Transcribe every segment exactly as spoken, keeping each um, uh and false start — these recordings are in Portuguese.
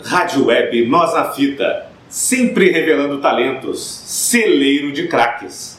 Rádio Web Nós na Fita, sempre revelando talentos, celeiro de craques.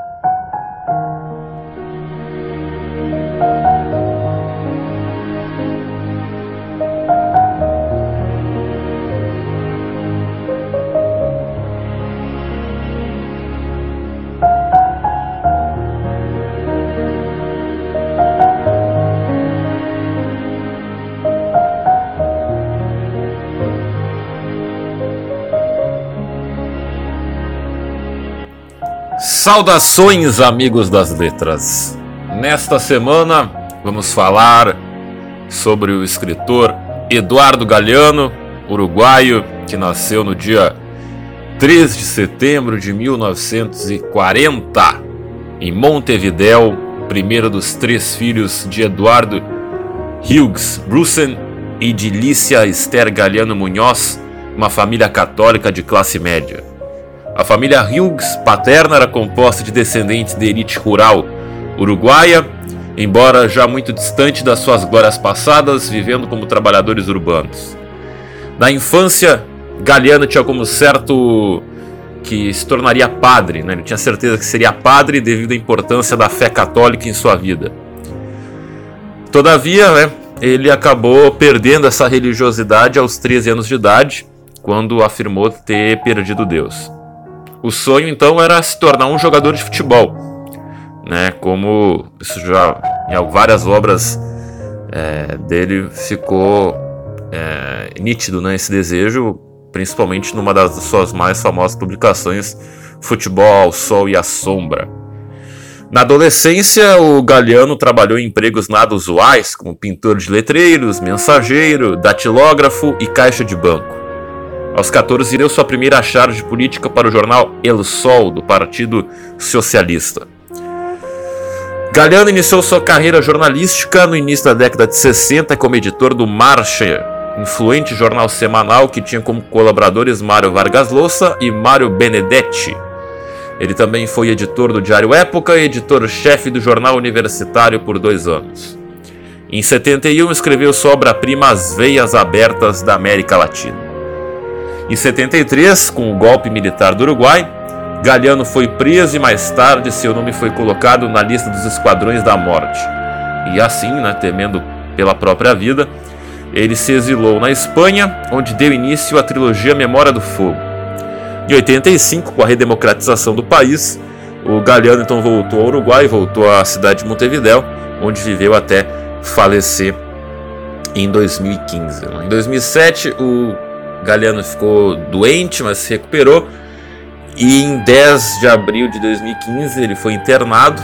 Saudações, amigos das letras! Nesta semana vamos falar sobre o escritor Eduardo Galeano, uruguaio, que nasceu no dia três de setembro de mil novecentos e quarenta em Montevidéu, primeiro dos três filhos de Eduardo Hughes Brussen e de Lícia Esther Galeano Munhoz, uma família católica de classe média. A família Hughes paterna era composta de descendentes de elite rural uruguaia, embora já muito distante das suas glórias passadas, vivendo como trabalhadores urbanos. Na infância, Galeano tinha como certo que se tornaria padre, né? Ele tinha certeza que seria padre devido à importância da fé católica em sua vida. Todavia, né, ele acabou perdendo essa religiosidade aos treze anos de idade, quando afirmou ter perdido Deus. O sonho, então, era se tornar um jogador de futebol, né? Como isso já em várias obras é, dele ficou é, nítido, né? Esse desejo, principalmente numa das suas mais famosas publicações, Futebol ao Sol e à Sombra. Na adolescência, o Galeano trabalhou em empregos nada usuais, como pintor de letreiros, mensageiro, datilógrafo e caixa de banco. Aos catorze, deu sua primeira charge política para o jornal El Sol, do Partido Socialista. Galeano iniciou sua carreira jornalística no início da década de sessenta como editor do Marcha, influente jornal semanal que tinha como colaboradores Mário Vargas Llosa e Mário Benedetti. Ele também foi editor do Diário Época e editor-chefe do Jornal Universitário por dois anos. Em setenta e um, escreveu sua obra-prima As Veias Abertas da América Latina. Em setenta e três, com o golpe militar do Uruguai, Galeano foi preso e mais tarde seu nome foi colocado na lista dos Esquadrões da Morte. E assim, né, temendo pela própria vida, ele se exilou na Espanha, onde deu início à trilogia Memória do Fogo. Em oitenta e cinco, com a redemocratização do país, o Galeano então voltou ao Uruguai, voltou à cidade de Montevidéu, onde viveu até falecer em dois mil e quinze. Em dois mil e sete, o Galeano ficou doente, mas se recuperou, e em dez de abril de dois mil e quinze ele foi internado,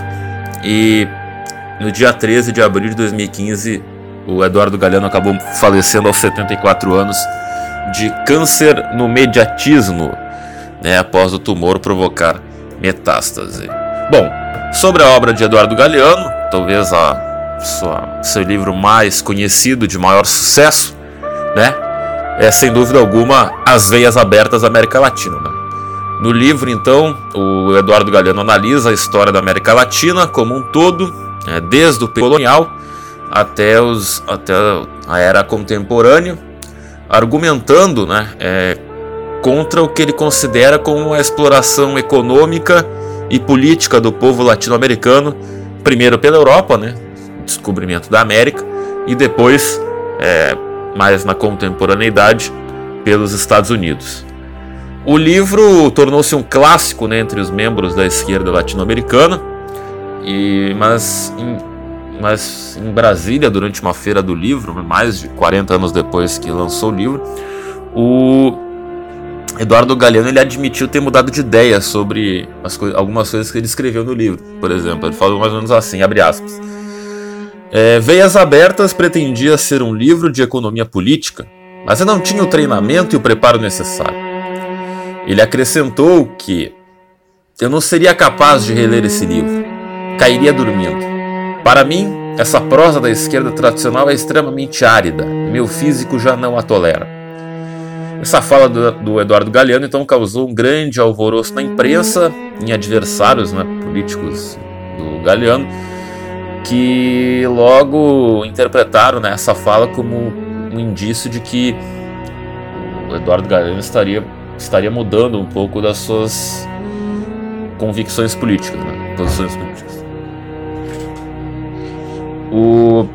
e no dia treze de abril de dois mil e quinze o Eduardo Galeano acabou falecendo aos setenta e quatro anos de câncer no mediastinum, né, após o tumor provocar metástase. Bom, sobre a obra de Eduardo Galeano, talvez a sua, seu livro mais conhecido, de maior sucesso, né, é sem dúvida alguma As Veias Abertas da América Latina. Né? No livro, então, o Eduardo Galeano analisa a história da América Latina como um todo, é, desde o período colonial até, os, até a era contemporânea, argumentando, né, é, contra o que ele considera como a exploração econômica e política do povo latino-americano, primeiro pela Europa, né, descobrimento da América, e depois, é, mais na contemporaneidade, pelos Estados Unidos. O livro tornou-se um clássico, né, entre os membros da esquerda latino-americana, e, mas, em, mas em Brasília, durante uma feira do livro, mais de quarenta anos depois que lançou o livro, o Eduardo Galeano ele admitiu ter mudado de ideia sobre as co- algumas coisas que ele escreveu no livro. Por exemplo, ele falou mais ou menos assim, abre aspas: É, Veias Abertas pretendia ser um livro de economia política, mas eu não tinha o treinamento e o preparo necessário. Ele acrescentou que eu não seria capaz de reler esse livro, cairia dormindo. Para mim, essa prosa da esquerda tradicional é extremamente árida, e meu físico já não a tolera. Essa fala do, do Eduardo Galeano então causou um grande alvoroço na imprensa, em adversários, né, políticos do Galeano, que logo interpretaram, né, essa fala como um indício de que o Eduardo Galeano estaria, estaria mudando um pouco das suas convicções políticas, né? Posições políticas. O...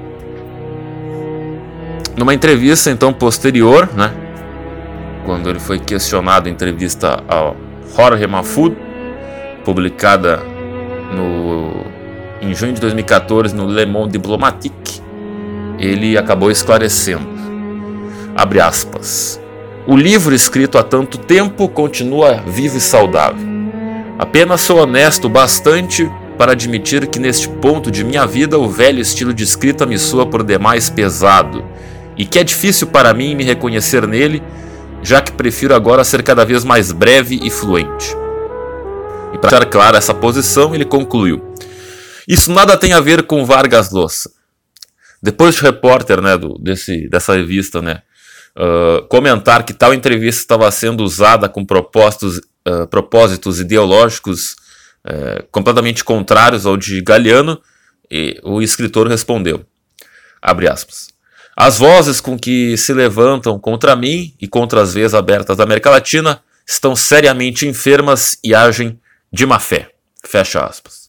Numa entrevista, então, posterior, né? Quando ele foi questionado em entrevista ao Jorge Mahfoud, publicada no, em junho de dois mil e quatorze no Le Monde Diplomatique, ele acabou esclarecendo, abre aspas, o livro escrito há tanto tempo continua vivo e saudável. Apenas sou honesto bastante para admitir que neste ponto de minha vida o velho estilo de escrita me soa por demais pesado e que é difícil para mim me reconhecer nele, já que prefiro agora ser cada vez mais breve e fluente. E para deixar clara essa posição, ele concluiu: isso nada tem a ver com Vargas Llosa. Depois de o repórter, né, do, desse, dessa revista, né, uh, comentar que tal entrevista estava sendo usada com propósitos, uh, propósitos ideológicos uh, completamente contrários ao de Galeano, e o escritor respondeu, abre aspas, as vozes com que se levantam contra mim e contra as veias abertas da América Latina estão seriamente enfermas e agem de má fé. Fecha aspas.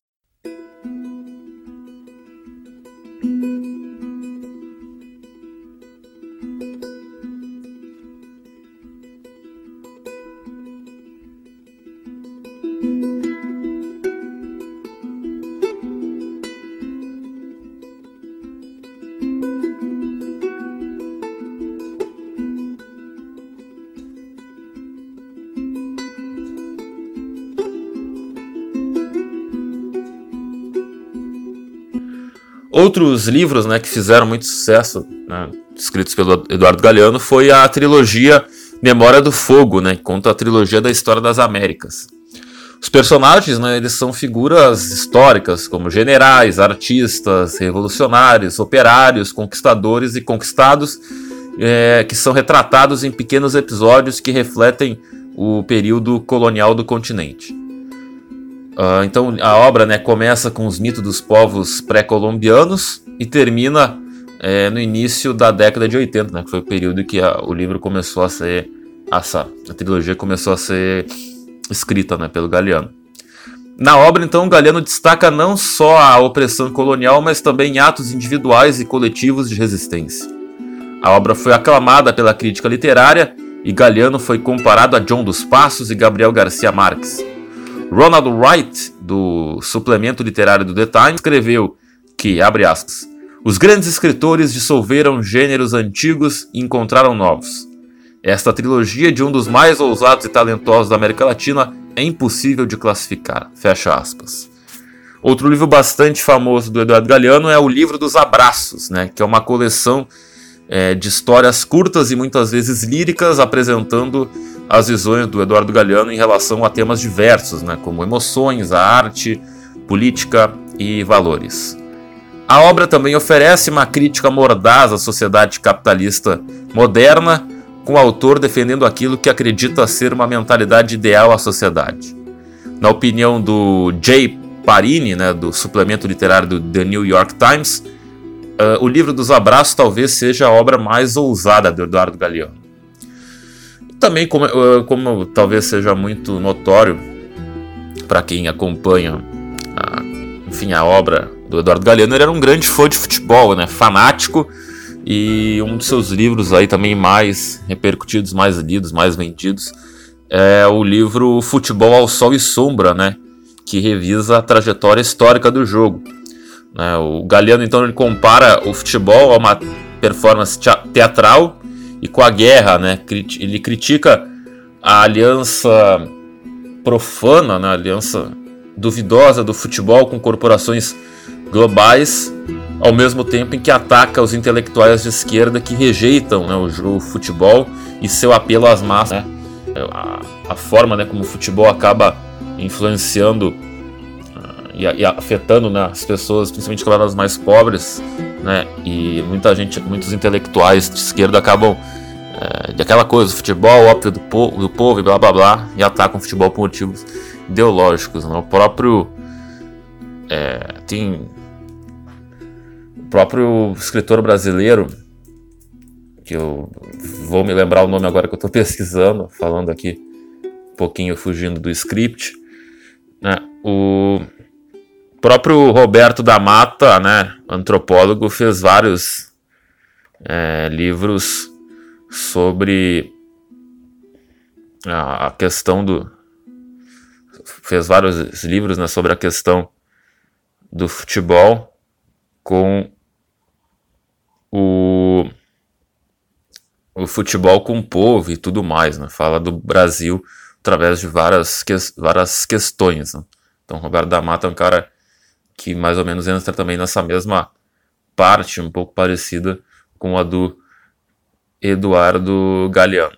Outros livros, né, que fizeram muito sucesso, né, escritos pelo Eduardo Galeano, foi a trilogia Memória do Fogo, né, que conta a trilogia da história das Américas. Os personagens, né, eles são figuras históricas, como generais, artistas, revolucionários, operários, conquistadores e conquistados, é, que são retratados em pequenos episódios que refletem o período colonial do continente. Uh, então a obra, né, começa com os mitos dos povos pré-colombianos e termina é, no início da década de oitenta, né, que foi o período que a, o livro começou a ser, essa, a trilogia começou a ser escrita, né, pelo Galeano. Na obra, então, Galeano destaca não só a opressão colonial, mas também atos individuais e coletivos de resistência. A obra foi aclamada pela crítica literária e Galeano foi comparado a John dos Passos e Gabriel Garcia Marques. Ronald Wright, do suplemento literário do The Times, escreveu que, abre aspas, os grandes escritores dissolveram gêneros antigos e encontraram novos. Esta trilogia de um dos mais ousados e talentosos da América Latina é impossível de classificar. Fecha aspas. Outro livro bastante famoso do Eduardo Galeano é o Livro dos Abraços, né, que é uma coleção é, de histórias curtas e muitas vezes líricas apresentando as visões do Eduardo Galeano em relação a temas diversos, né, como emoções, a arte, política e valores. A obra também oferece uma crítica mordaz à sociedade capitalista moderna, com o autor defendendo aquilo que acredita ser uma mentalidade ideal à sociedade. Na opinião do Jay Parini, né, do suplemento literário do The New York Times, uh, o Livro dos Abraços talvez seja a obra mais ousada do Eduardo Galeano. Também, como, como talvez seja muito notório para quem acompanha a, enfim, a obra do Eduardo Galeano, ele era um grande fã de futebol, né, fanático, e um dos seus livros aí também mais repercutidos, mais lidos, mais vendidos, é o livro Futebol ao Sol e Sombra, né, que revisa a trajetória histórica do jogo. Né, o Galeano, então, ele compara o futebol a uma performance teatral e com a guerra, né? Ele critica a aliança profana, né? A aliança duvidosa do futebol com corporações globais, ao mesmo tempo em que ataca os intelectuais de esquerda que rejeitam, né, o, o futebol e seu apelo às massas, né? A, a forma, né, como o futebol acaba influenciando uh, e, e afetando, né, as pessoas, principalmente claro, as mais pobres, né, e muita gente, muitos intelectuais de esquerda acabam é, de aquela coisa, o futebol, ópio do, po do povo e blá blá blá, e atacam o futebol por motivos ideológicos, né? O próprio é, tem o próprio escritor brasileiro, que que eu vou me lembrar o nome agora que eu estou pesquisando, falando aqui um pouquinho fugindo do script, né? O próprio Roberto da Mata, né, antropólogo, fez vários é, livros sobre a questão do... fez vários livros, né, sobre a questão do futebol com o, o futebol com o povo e tudo mais, né? Fala do Brasil através de várias, que, várias questões, né? Então Roberto da Mata é um cara que mais ou menos entra também nessa mesma parte, um pouco parecida com a do Eduardo Galeano.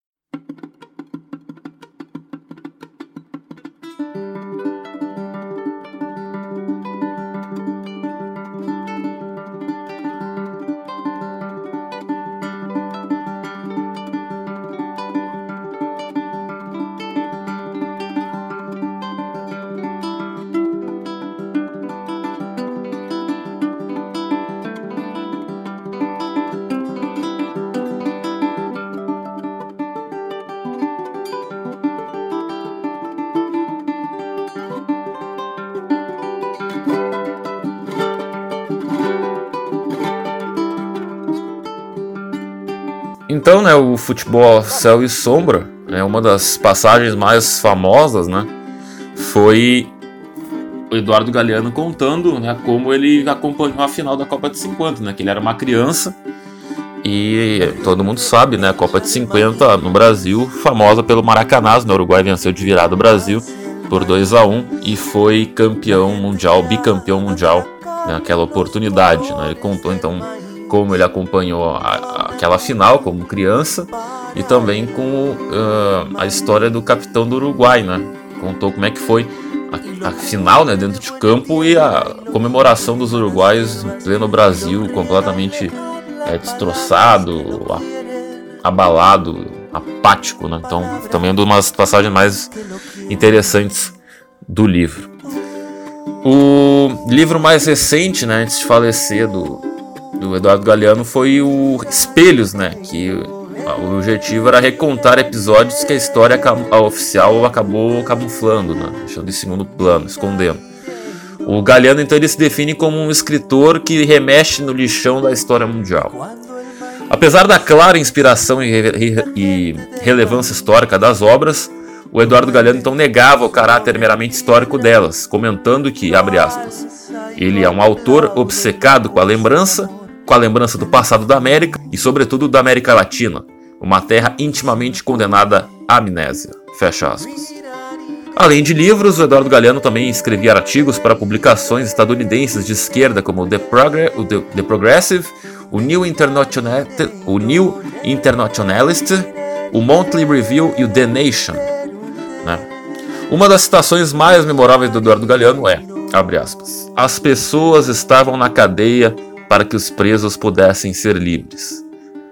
Então, né, o futebol Céu e Sombra, né, uma das passagens mais famosas, né, foi o Eduardo Galeano contando, né, como ele acompanhou a final da Copa de cinquenta, né, que ele era uma criança e todo mundo sabe, né, a Copa de cinquenta no Brasil, famosa pelo Maracanazo, né, o Uruguai venceu de virada o Brasil por dois a um e foi campeão mundial, bicampeão mundial naquela oportunidade, né, ele contou então como ele acompanhou a, a, aquela final como criança e também com uh, a história do capitão do Uruguai, né? Contou como é que foi a, a final, né, dentro de campo e a comemoração dos uruguaios em pleno Brasil, completamente é, destroçado, a, abalado, apático, né? Então também é uma das passagens mais interessantes do livro. O livro mais recente, né, antes de falecer do do Eduardo Galeano foi o Espelhos, né, que o objetivo era recontar episódios que a história a oficial acabou camuflando, né, deixando em segundo plano, escondendo. O Galeano, então, ele se define como um escritor que remexe no lixão da história mundial. Apesar da clara inspiração e, re e relevância histórica das obras, o Eduardo Galeano, então, negava o caráter meramente histórico delas, comentando que, abre aspas, ele é um autor obcecado com a lembrança, com a lembrança do passado da América e, sobretudo, da América Latina, uma terra intimamente condenada à amnésia. Fecha aspas. Além de livros, o Eduardo Galeano também escrevia artigos para publicações estadunidenses de esquerda como The, Progr- o The, The Progressive, o New, International- o New Internationalist, o Monthly Review e o The Nation. Né? Uma das citações mais memoráveis do Eduardo Galeano é, abre aspas, as pessoas estavam na cadeia para que os presos pudessem ser livres.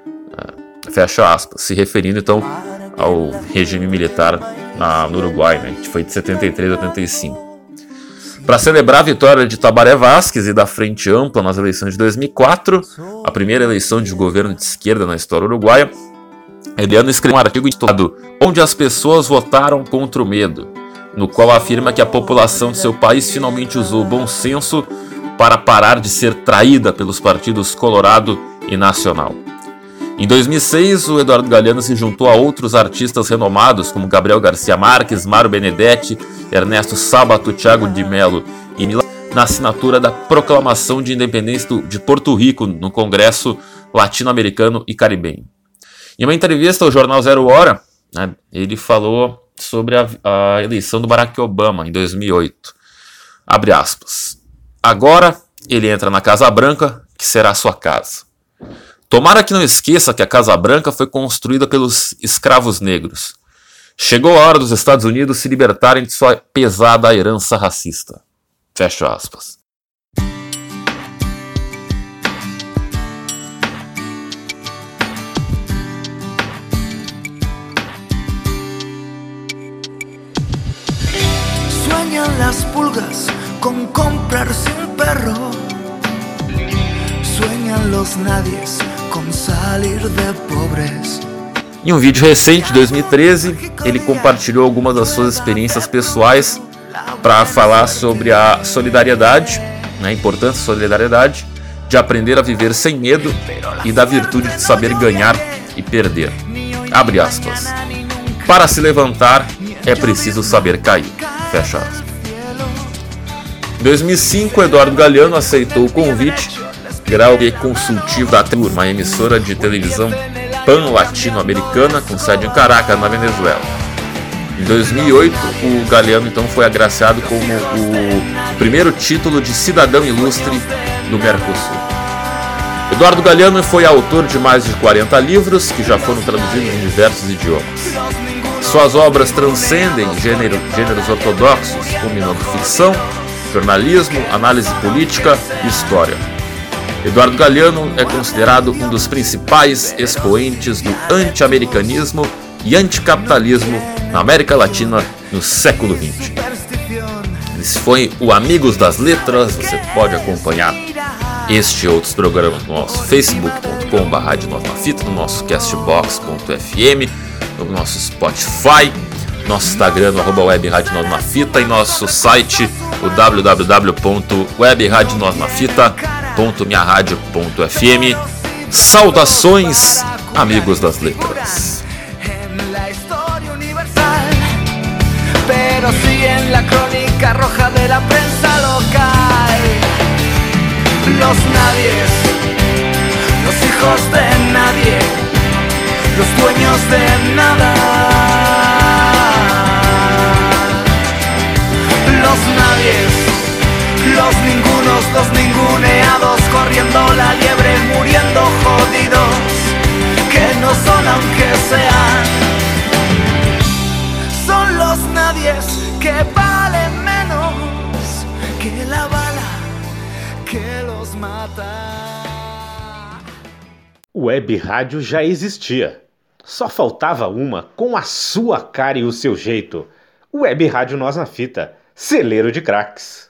Fecha aspas, se referindo então ao regime militar na, no Uruguai, né, que foi de setenta e três a oitenta e cinco. Para celebrar a vitória de Tabaré Vázquez e da Frente Ampla nas eleições de dois mil e quatro, a primeira eleição de governo de esquerda na história uruguaia, Eliano escreveu um artigo intitulado Onde as pessoas votaram contra o medo, no qual afirma que a população de seu país finalmente usou o bom senso para parar de ser traída pelos partidos Colorado e Nacional. Em dois mil e seis, o Eduardo Galeano se juntou a outros artistas renomados como Gabriel Garcia Marques, Mário Benedetti, Ernesto Sábato, Thiago de Mello e Milá na assinatura da Proclamação de Independência de Porto Rico no Congresso Latino-Americano e Caribenho. Em uma entrevista ao jornal Zero Hora, né, ele falou sobre a, a eleição do Barack Obama em dois mil e oito. Abre aspas. Agora ele entra na Casa Branca, que será sua casa. Tomara que não esqueça que a Casa Branca foi construída pelos escravos negros. Chegou a hora dos Estados Unidos se libertarem de sua pesada herança racista. Fecha aspas. Sueñan las pulgas con comprarse un perro. Sueñan los nadies con salir de pobres. Em um vídeo recente, de dois mil e treze, ele compartilhou algumas das suas experiências pessoais para falar sobre a solidariedade, né, a importância da solidariedade, de aprender a viver sem medo e da virtude de saber ganhar e perder. Abre aspas. Para se levantar é preciso saber cair. Fecha aspas. Em dois mil e cinco, Eduardo Galeano aceitou o convite grau e consultivo da T U R, uma emissora de televisão pan-latino-americana com sede em Caracas, na Venezuela. Em dois mil e oito, o Galeano então foi agraciado como o primeiro título de cidadão ilustre do Mercosul. Eduardo Galeano foi autor de mais de quarenta livros que já foram traduzidos em diversos idiomas. Suas obras transcendem gênero, gêneros ortodoxos, combinando ficção, jornalismo, análise política e história. Eduardo Galeano é considerado um dos principais expoentes do anti-americanismo e anticapitalismo na América Latina no século vinte. Esse foi o Amigos das Letras. Você pode acompanhar este e outros programas no nosso facebook ponto com barra rádio nós na fita, no nosso castbox ponto f m, no nosso Spotify, nosso Instagram, no arroba web rádio nós na fita, e nosso site, o w w w ponto web rádio nós na fita ponto minha rádio ponto f m. Saudações, amigos das letras. Pero sí en la crónica roja de la prensa local. Los nadies, los hijos de nadie, los dueños de nada. Los nadies, los ningunos, los ninguneados, corriendo la liebre, muriendo jodidos, que no son aunque sean. Son los nadies que valen menos que la bala que los mata. O Web Rádio já existia. Só faltava uma com a sua cara e o seu jeito. Web Rádio Nós na Fita, celeiro de craques.